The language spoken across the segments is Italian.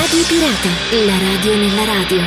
Radio Pirata, la radio nella radio.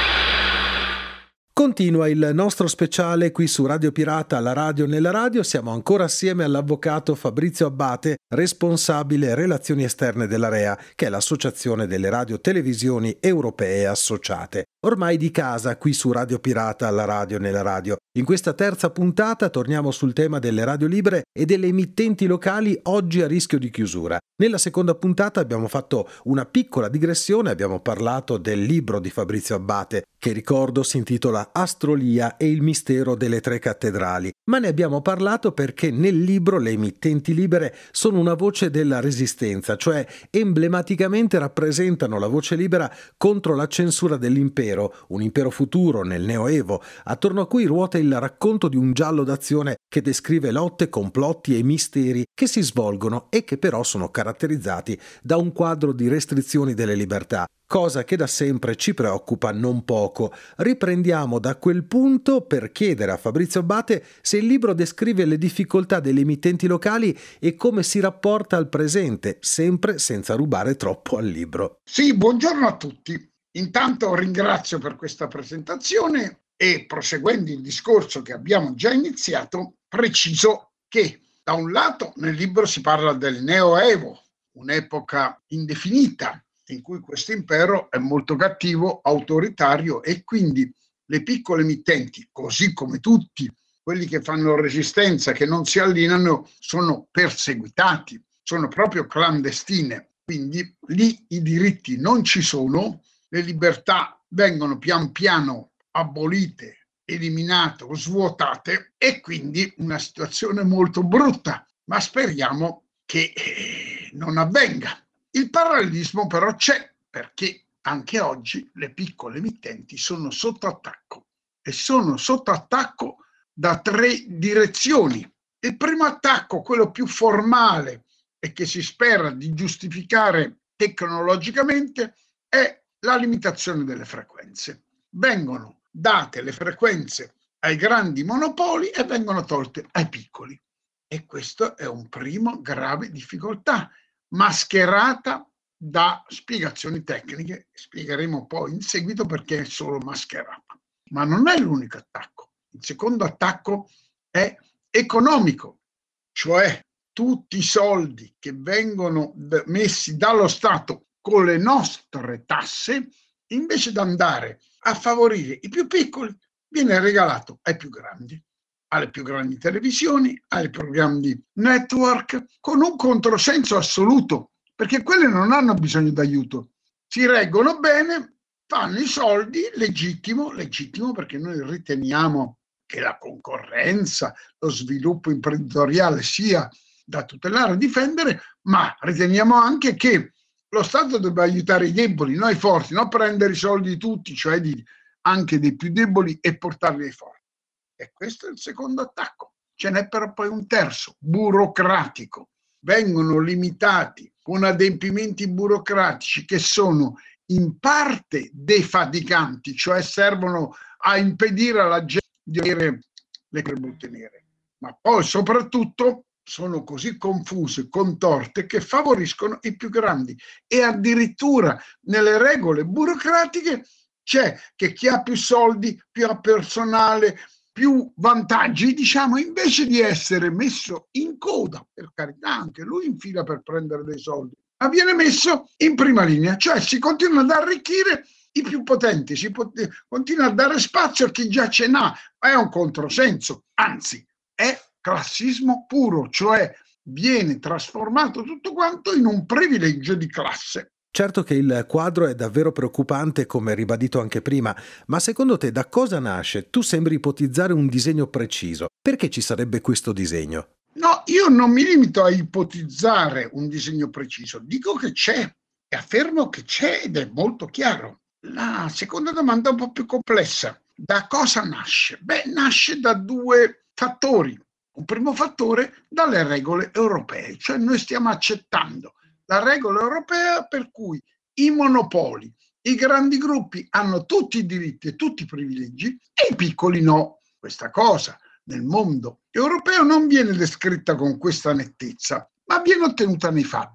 Continua il nostro speciale qui su Radio Pirata, la radio nella radio. Siamo ancora assieme all'avvocato Fabrizio Abbate, responsabile relazioni esterne dell'AREA, che è l'associazione delle radiotelevisioni europee associate. Ormai di casa qui su Radio Pirata, la radio nella radio. In questa terza puntata torniamo sul tema delle radio libere e delle emittenti locali oggi a rischio di chiusura. Nella seconda puntata abbiamo fatto una piccola digressione, abbiamo parlato del libro di Fabrizio Abbate, che ricordo si intitola Astrolia e il mistero delle tre cattedrali, ma ne abbiamo parlato perché nel libro le emittenti libere sono una voce della resistenza, cioè emblematicamente rappresentano la voce libera contro la censura dell'impero, un impero futuro nel Neoevo, attorno a cui ruota il racconto di un giallo d'azione che descrive lotte, complotti e misteri che si svolgono e che però sono caratterizzati da un quadro di restrizioni delle libertà, cosa che da sempre ci preoccupa non poco. Riprendiamo da quel punto per chiedere a Fabrizio Abbate se il libro descrive le difficoltà delle emittenti locali e come si rapporta al presente, sempre senza rubare troppo al libro. Sì, buongiorno a tutti. Intanto ringrazio per questa presentazione e, proseguendo il discorso che abbiamo già iniziato, preciso che da un lato nel libro si parla del Neoevo, un'epoca indefinita in cui questo impero è molto cattivo, autoritario, e quindi le piccole emittenti, così come tutti quelli che fanno resistenza, che non si allineano, sono perseguitati, sono proprio clandestine. Quindi lì i diritti non ci sono, le libertà vengono pian piano abolite, eliminate o svuotate, e quindi una situazione molto brutta, ma speriamo che non avvenga. Il parallelismo però c'è, perché anche oggi le piccole emittenti sono sotto attacco, e sono sotto attacco da tre direzioni. Il primo attacco, quello più formale e che si spera di giustificare tecnologicamente, è la limitazione delle frequenze. Vengono date le frequenze ai grandi monopoli e vengono tolte ai piccoli. E questo è un primo grave difficoltà, mascherata da spiegazioni tecniche. Spiegheremo poi in seguito perché è solo mascherata. Ma non è l'unico attacco. Il secondo attacco è economico, cioè tutti i soldi che vengono messi dallo Stato con le nostre tasse, invece di andare a favorire i più piccoli, viene regalato ai più grandi, alle più grandi televisioni, ai più grandi network, con un controsenso assoluto, perché quelle non hanno bisogno d'aiuto, si reggono bene, fanno i soldi, legittimo perché noi riteniamo che la concorrenza, lo sviluppo imprenditoriale sia da tutelare e difendere, ma riteniamo anche che lo Stato debba aiutare i deboli, noi forti, non prendere i soldi di tutti, cioè anche dei più deboli, e portarli ai forti. E questo è il secondo attacco. Ce n'è però poi un terzo, burocratico. Vengono limitati con adempimenti burocratici che sono in parte defaticanti, cioè servono a impedire alla gente di avere le cremute nere, ma poi soprattutto sono così confuse, contorte, che favoriscono i più grandi, e addirittura nelle regole burocratiche c'è che chi ha più soldi, più ha personale, più vantaggi, diciamo, invece di essere messo in coda, per carità, anche lui in fila per prendere dei soldi, ma viene messo in prima linea, cioè si continua ad arricchire i più potenti, si continua a dare spazio a chi già ce n'ha. È un controsenso, anzi è classismo puro, cioè viene trasformato tutto quanto in un privilegio di classe. Certo che il quadro è davvero preoccupante, come ribadito anche prima, ma secondo te da cosa nasce? Tu sembri ipotizzare un disegno preciso. Perché ci sarebbe questo disegno? No, io non mi limito a ipotizzare un disegno preciso, dico che c'è e affermo che c'è ed è molto chiaro. La seconda domanda è un po' più complessa. Da cosa nasce? Beh, nasce da due fattori. Un primo fattore, dalle regole europee, cioè noi stiamo accettando la regola europea per cui i monopoli, i grandi gruppi hanno tutti i diritti e tutti i privilegi e i piccoli no. Questa cosa nel mondo europeo non viene descritta con questa nettezza, ma viene ottenuta nei fatti.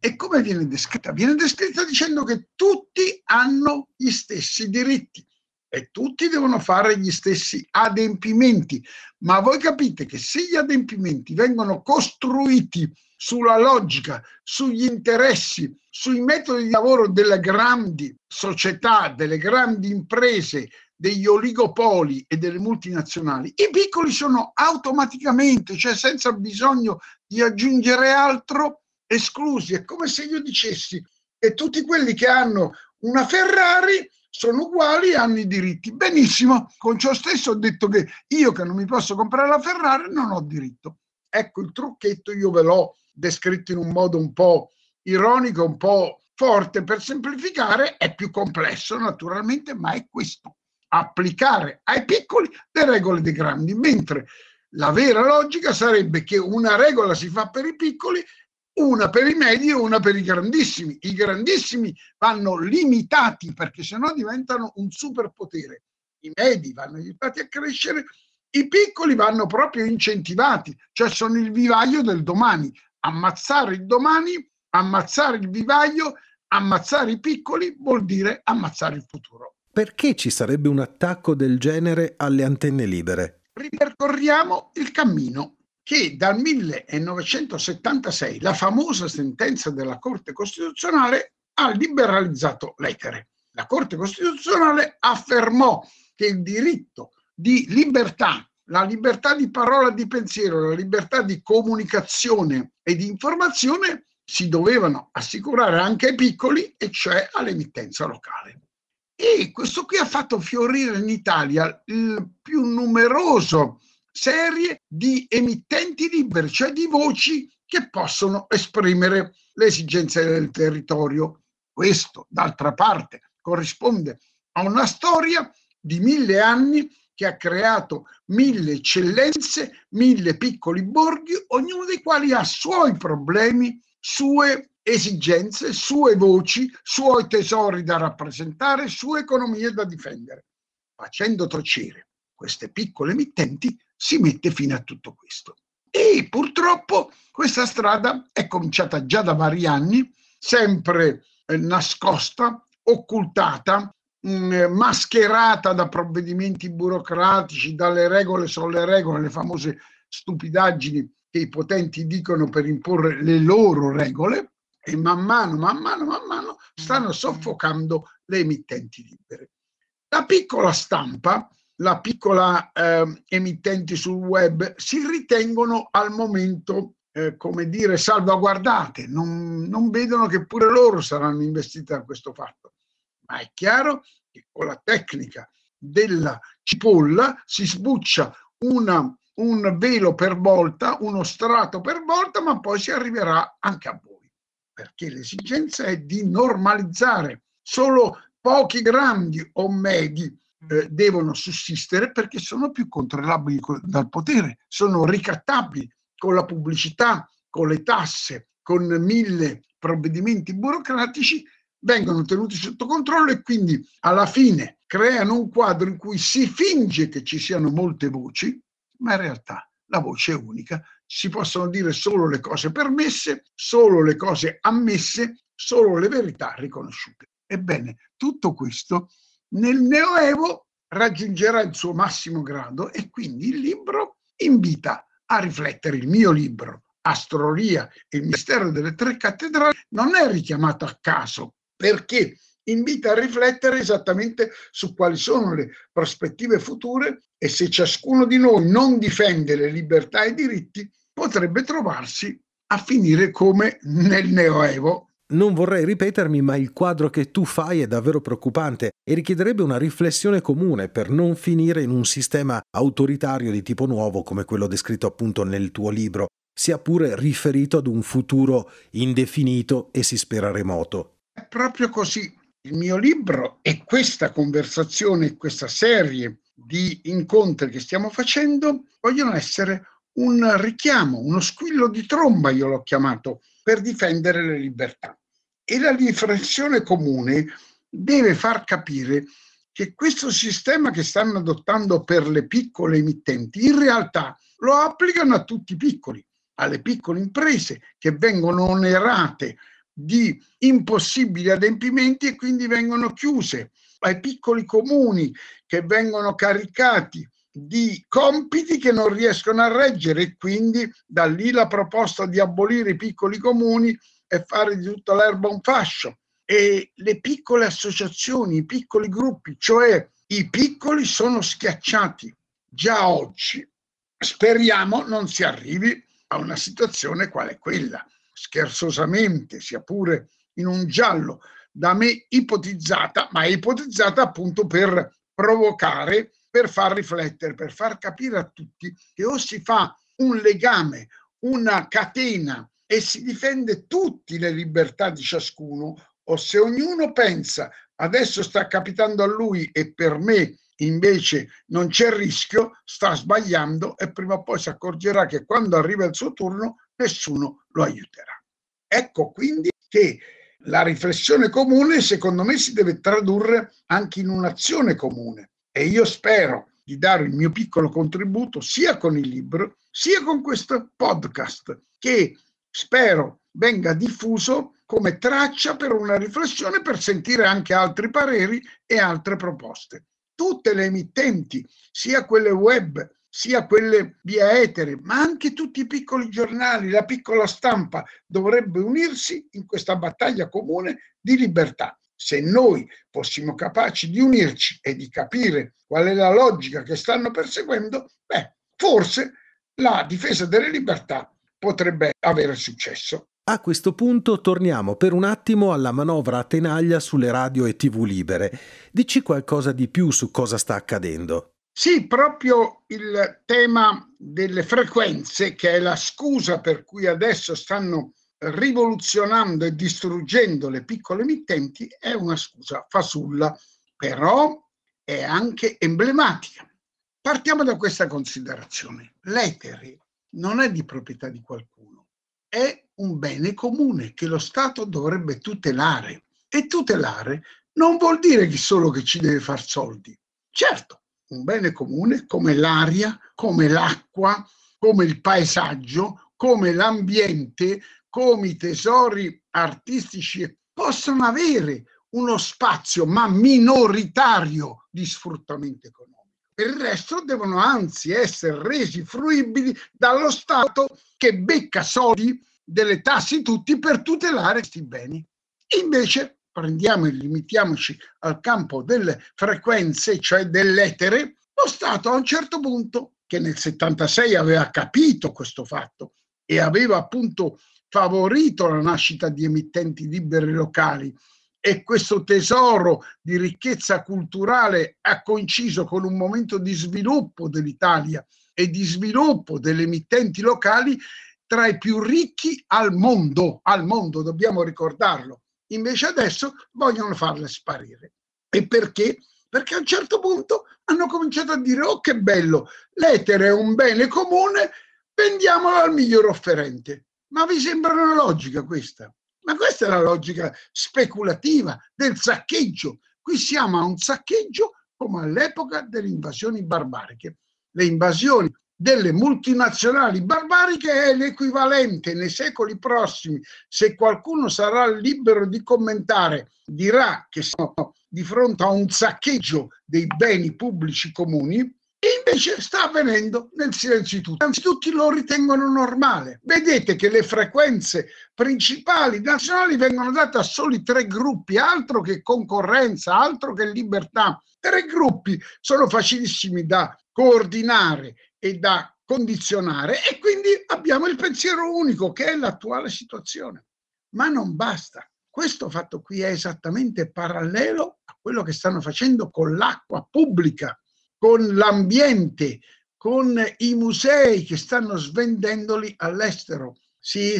E come viene descritta? Viene descritta dicendo che tutti hanno gli stessi diritti e tutti devono fare gli stessi adempimenti. Ma voi capite che se gli adempimenti vengono costruiti sulla logica, sugli interessi, sui metodi di lavoro delle grandi società, delle grandi imprese, degli oligopoli e delle multinazionali, i piccoli sono automaticamente, cioè senza bisogno di aggiungere altro, esclusi. È come se io dicessi che tutti quelli che hanno una Ferrari sono uguali e hanno i diritti. Benissimo, con ciò stesso ho detto che io che non mi posso comprare la Ferrari non ho diritto. Ecco, il trucchetto io ve l'ho descritto in un modo un po' ironico, un po' forte per semplificare, è più complesso naturalmente, ma è questo: applicare ai piccoli le regole dei grandi, mentre la vera logica sarebbe che una regola si fa per i piccoli, una per i medi e una per i grandissimi. I grandissimi vanno limitati perché sennò diventano un superpotere. I medi vanno aiutati a crescere, i piccoli vanno proprio incentivati, cioè sono il vivaio del domani. Ammazzare il domani, ammazzare il vivaio, ammazzare i piccoli vuol dire ammazzare il futuro. Perché ci sarebbe un attacco del genere alle antenne libere? Ripercorriamo il cammino che dal 1976, la famosa sentenza della Corte Costituzionale, ha liberalizzato l'etere. La Corte Costituzionale affermò che il diritto di libertà, la libertà di parola e di pensiero, la libertà di comunicazione e di informazione si dovevano assicurare anche ai piccoli, e cioè all'emittenza locale. E questo qui ha fatto fiorire in Italia il più numeroso serie di emittenti liberi, cioè di voci che possono esprimere le esigenze del territorio. Questo, d'altra parte, corrisponde a una storia di 1000 anni che ha creato 1000 eccellenze, 1000 piccoli borghi, ognuno dei quali ha suoi problemi, sue esigenze, sue voci, suoi tesori da rappresentare, sue economie da difendere. Facendo tacere queste piccole emittenti si mette fine a tutto questo. E purtroppo questa strada è cominciata già da vari anni, sempre nascosta, occultata, mascherata da provvedimenti burocratici, dalle regole sulle regole, le famose stupidaggini che i potenti dicono per imporre le loro regole, e man mano stanno soffocando le emittenti libere. La piccola stampa, la piccola emittenti sul web si ritengono al momento, come dire, salvaguardate, non vedono che pure loro saranno investite da questo fatto. Ma è chiaro che con la tecnica della cipolla si sbuccia un velo per volta, uno strato per volta, ma poi si arriverà anche a voi, perché l'esigenza è di normalizzare. Solo pochi grandi o medi devono sussistere perché sono più controllabili dal potere, sono ricattabili con la pubblicità, con le tasse, con 1000 provvedimenti burocratici, vengono tenuti sotto controllo e quindi alla fine creano un quadro in cui si finge che ci siano molte voci, ma in realtà la voce è unica. Si possono dire solo le cose permesse, solo le cose ammesse, solo le verità riconosciute. Ebbene, tutto questo nel Neoevo raggiungerà il suo massimo grado e quindi il libro invita a riflettere. Il mio libro, Astrolia e il mistero delle tre cattedrali, non è richiamato a caso, perché invita a riflettere esattamente su quali sono le prospettive future e se ciascuno di noi non difende le libertà e i diritti potrebbe trovarsi a finire come nel Neoevo. Non vorrei ripetermi, ma il quadro che tu fai è davvero preoccupante e richiederebbe una riflessione comune per non finire in un sistema autoritario di tipo nuovo come quello descritto appunto nel tuo libro, sia pure riferito ad un futuro indefinito e si spera remoto. È proprio così. Il mio libro e questa conversazione, questa serie di incontri che stiamo facendo vogliono essere un richiamo, uno squillo di tromba, io l'ho chiamato, per difendere le libertà. E la riflessione comune deve far capire che questo sistema che stanno adottando per le piccole emittenti in realtà lo applicano a tutti i piccoli, alle piccole imprese che vengono onerate di impossibili adempimenti e quindi vengono chiuse, ai piccoli comuni che vengono caricati di compiti che non riescono a reggere, e quindi da lì la proposta di abolire i piccoli comuni e fare di tutta l'erba un fascio. E le piccole associazioni, i piccoli gruppi, cioè i piccoli, sono schiacciati già oggi. Speriamo non si arrivi a una situazione quale quella, scherzosamente, sia pure in un giallo da me ipotizzata, ma è ipotizzata appunto per provocare, per far riflettere, per far capire a tutti che o si fa un legame, una catena e si difende tutte le libertà di ciascuno, o se ognuno pensa adesso sta capitando a lui e per me invece non c'è rischio, sta sbagliando e prima o poi si accorgerà che quando arriva il suo turno nessuno lo aiuterà. Ecco quindi che la riflessione comune secondo me si deve tradurre anche in un'azione comune, e io spero di dare il mio piccolo contributo sia con il libro sia con questo podcast, che spero venga diffuso come traccia per una riflessione, per sentire anche altri pareri e altre proposte. Tutte le emittenti, sia quelle web sia quelle via etere, ma anche tutti i piccoli giornali, la piccola stampa, dovrebbe unirsi in questa battaglia comune di libertà. Se noi fossimo capaci di unirci e di capire qual è la logica che stanno perseguendo, forse la difesa delle libertà potrebbe avere successo. A questo punto torniamo per un attimo alla manovra a tenaglia sulle radio e TV libere. Dici qualcosa di più su cosa sta accadendo. Sì, proprio il tema delle frequenze, che è la scusa per cui adesso stanno rivoluzionando e distruggendo le piccole emittenti, è una scusa fasulla, però è anche emblematica. Partiamo da questa considerazione. L'etere non è di proprietà di qualcuno, è un bene comune che lo Stato dovrebbe tutelare. E tutelare non vuol dire solo che ci deve far soldi. Certo, un bene comune come l'aria, come l'acqua, come il paesaggio, come l'ambiente, come i tesori artistici possono avere uno spazio ma minoritario di sfruttamento economico. Per il resto devono anzi essere resi fruibili dallo Stato, che becca soldi delle tasse di tutti per tutelare questi beni. Invece prendiamo e limitiamoci al campo delle frequenze, cioè dell'etere. Lo Stato a un certo punto, che nel 76 aveva capito questo fatto e aveva appunto favorito la nascita di emittenti libere locali, e questo tesoro di ricchezza culturale ha coinciso con un momento di sviluppo dell'Italia e di sviluppo delle emittenti locali tra i più ricchi al mondo, dobbiamo ricordarlo. Invece adesso vogliono farle sparire. E perché? Perché a un certo punto hanno cominciato a dire: oh che bello, l'etere è un bene comune, vendiamolo al miglior offerente. Ma vi sembra una logica questa? Ma questa è la logica speculativa del saccheggio. Qui siamo a un saccheggio come all'epoca delle invasioni barbariche. Le invasioni delle multinazionali barbariche è l'equivalente nei secoli prossimi, se qualcuno sarà libero di commentare, dirà che siamo di fronte a un saccheggio dei beni pubblici comuni, e invece sta avvenendo nel silenzio di tutti. Anzi, tutti lo ritengono normale. Vedete che le frequenze principali nazionali vengono date a soli 3 gruppi, altro che concorrenza, altro che libertà. 3 gruppi sono facilissimi da coordinare e da condizionare, e quindi abbiamo il pensiero unico, che è l'attuale situazione. Ma non basta. Questo fatto qui è esattamente parallelo a quello che stanno facendo con l'acqua pubblica, con l'ambiente, con i musei che stanno svendendoli all'estero. Sì,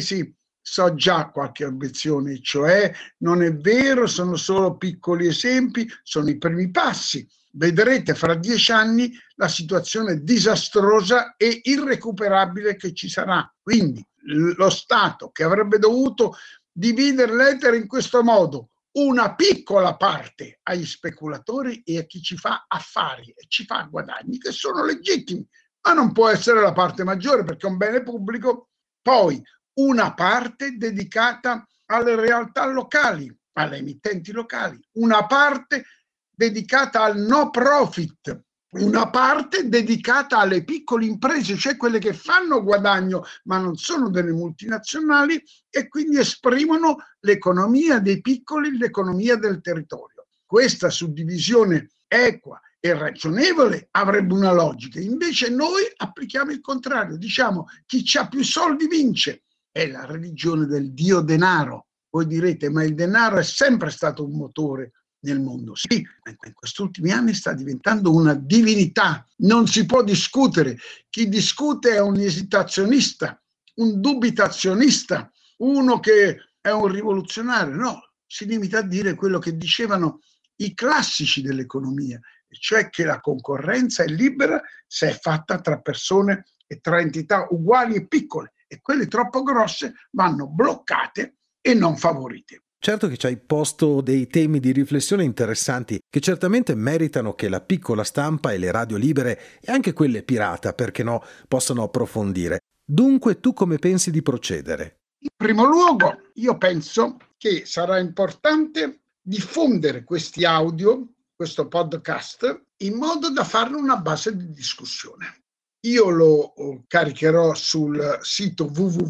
so già qualche obiezione, cioè non è vero, sono solo piccoli esempi, sono i primi passi. Vedrete fra 10 anni la situazione disastrosa e irrecuperabile che ci sarà. Quindi lo Stato, che avrebbe dovuto dividere l'etere in questo modo, una piccola parte agli speculatori e a chi ci fa affari e ci fa guadagni, che sono legittimi, ma non può essere la parte maggiore perché è un bene pubblico, poi una parte dedicata alle realtà locali, alle emittenti locali, una parte dedicata al no profit, una parte dedicata alle piccole imprese, cioè quelle che fanno guadagno ma non sono delle multinazionali e quindi esprimono l'economia dei piccoli, l'economia del territorio. Questa suddivisione equa e ragionevole avrebbe una logica, invece noi applichiamo il contrario, diciamo chi ha più soldi vince. È la religione del dio denaro. Voi direte, ma il denaro è sempre stato un motore nel mondo. Sì, ma in questi ultimi anni sta diventando una divinità. Non si può discutere. Chi discute è un esitazionista, un dubitazionista, uno che è un rivoluzionario. No, si limita a dire quello che dicevano i classici dell'economia, cioè che la concorrenza è libera se è fatta tra persone e tra entità uguali e piccole, e quelle troppo grosse vanno bloccate e non favorite. Certo che ci hai posto dei temi di riflessione interessanti che certamente meritano che la piccola stampa e le radio libere e anche quelle pirata, perché no, possano approfondire. Dunque, tu come pensi di procedere? In primo luogo, io penso che sarà importante diffondere questi audio, questo podcast, in modo da farne una base di discussione. Io lo caricherò sul sito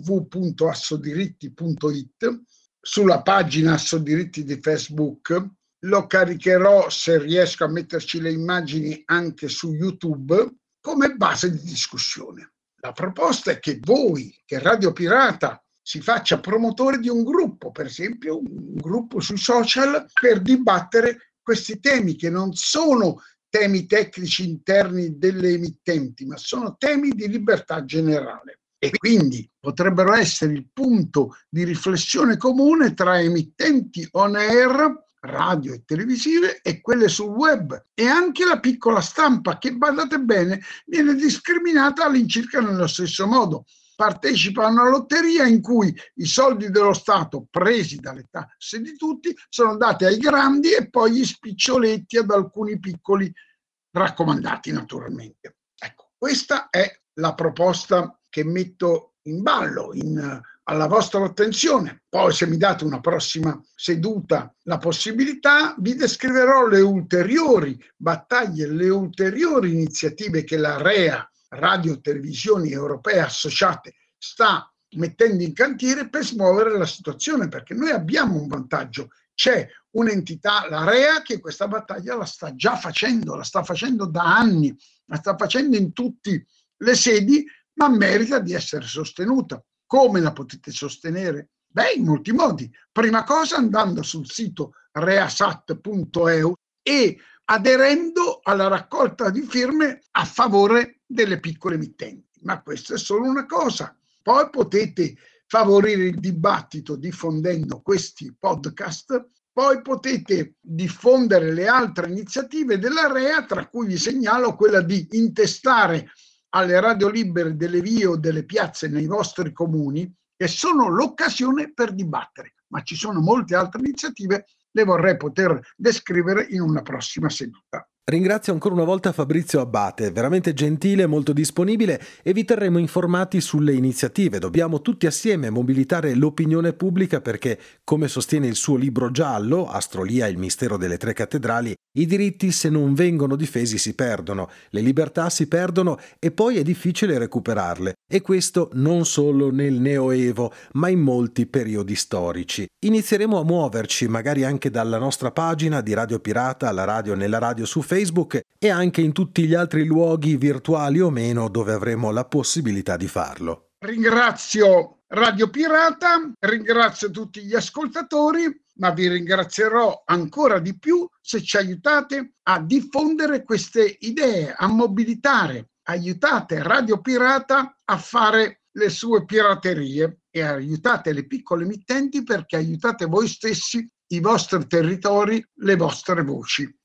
www.assodiritti.it, sulla pagina Assodiritti di Facebook, lo caricherò, se riesco a metterci le immagini, anche su YouTube come base di discussione. La proposta è che voi, che Radio Pirata, si faccia promotore di un gruppo, per esempio un gruppo sui social, per dibattere questi temi che non sono temi tecnici interni delle emittenti, ma sono temi di libertà generale. E quindi potrebbero essere il punto di riflessione comune tra emittenti on air, radio e televisive, e quelle sul web, e anche la piccola stampa che, badate bene, viene discriminata all'incirca nello stesso modo. Partecipa a una lotteria in cui i soldi dello Stato presi dalle tasse di tutti sono dati ai grandi e poi gli spiccioletti ad alcuni piccoli raccomandati, naturalmente. Ecco, questa è la proposta che metto in ballo, alla vostra attenzione. Poi, se mi date una prossima seduta la possibilità, vi descriverò le ulteriori battaglie, le ulteriori iniziative che la REA, Radio Televisioni Europee Associate, sta mettendo in cantiere per smuovere la situazione, perché noi abbiamo un vantaggio. C'è un'entità, la REA, che questa battaglia la sta già facendo, la sta facendo da anni, la sta facendo in tutte le sedi, ma merita di essere sostenuta. Come la potete sostenere? Beh, in molti modi. Prima cosa andando sul sito reasat.eu e aderendo alla raccolta di firme a favore delle piccole emittenti. Ma questa è solo una cosa. Poi potete favorire il dibattito diffondendo questi podcast, poi potete diffondere le altre iniziative della REA, tra cui vi segnalo quella di intestare alle radio libere delle vie o delle piazze nei vostri comuni, che sono l'occasione per dibattere. Ma ci sono molte altre iniziative, le vorrei poter descrivere in una prossima seduta. Ringrazio ancora una volta Fabrizio Abbate, veramente gentile, molto disponibile, e vi terremo informati sulle iniziative. Dobbiamo tutti assieme mobilitare l'opinione pubblica perché, come sostiene il suo libro giallo, Astrolia, il mistero delle tre cattedrali, i diritti, se non vengono difesi, si perdono, le libertà si perdono e poi è difficile recuperarle. E questo non solo nel Neoevo, ma in molti periodi storici. Inizieremo a muoverci, magari anche dalla nostra pagina di Radio Pirata, la radio nella radio su Facebook, e anche in tutti gli altri luoghi virtuali o meno dove avremo la possibilità di farlo. Ringrazio Radio Pirata, ringrazio tutti gli ascoltatori, ma vi ringrazierò ancora di più se ci aiutate a diffondere queste idee, a mobilitare. Aiutate Radio Pirata a fare le sue piraterie e aiutate le piccole emittenti, perché aiutate voi stessi, i vostri territori, le vostre voci.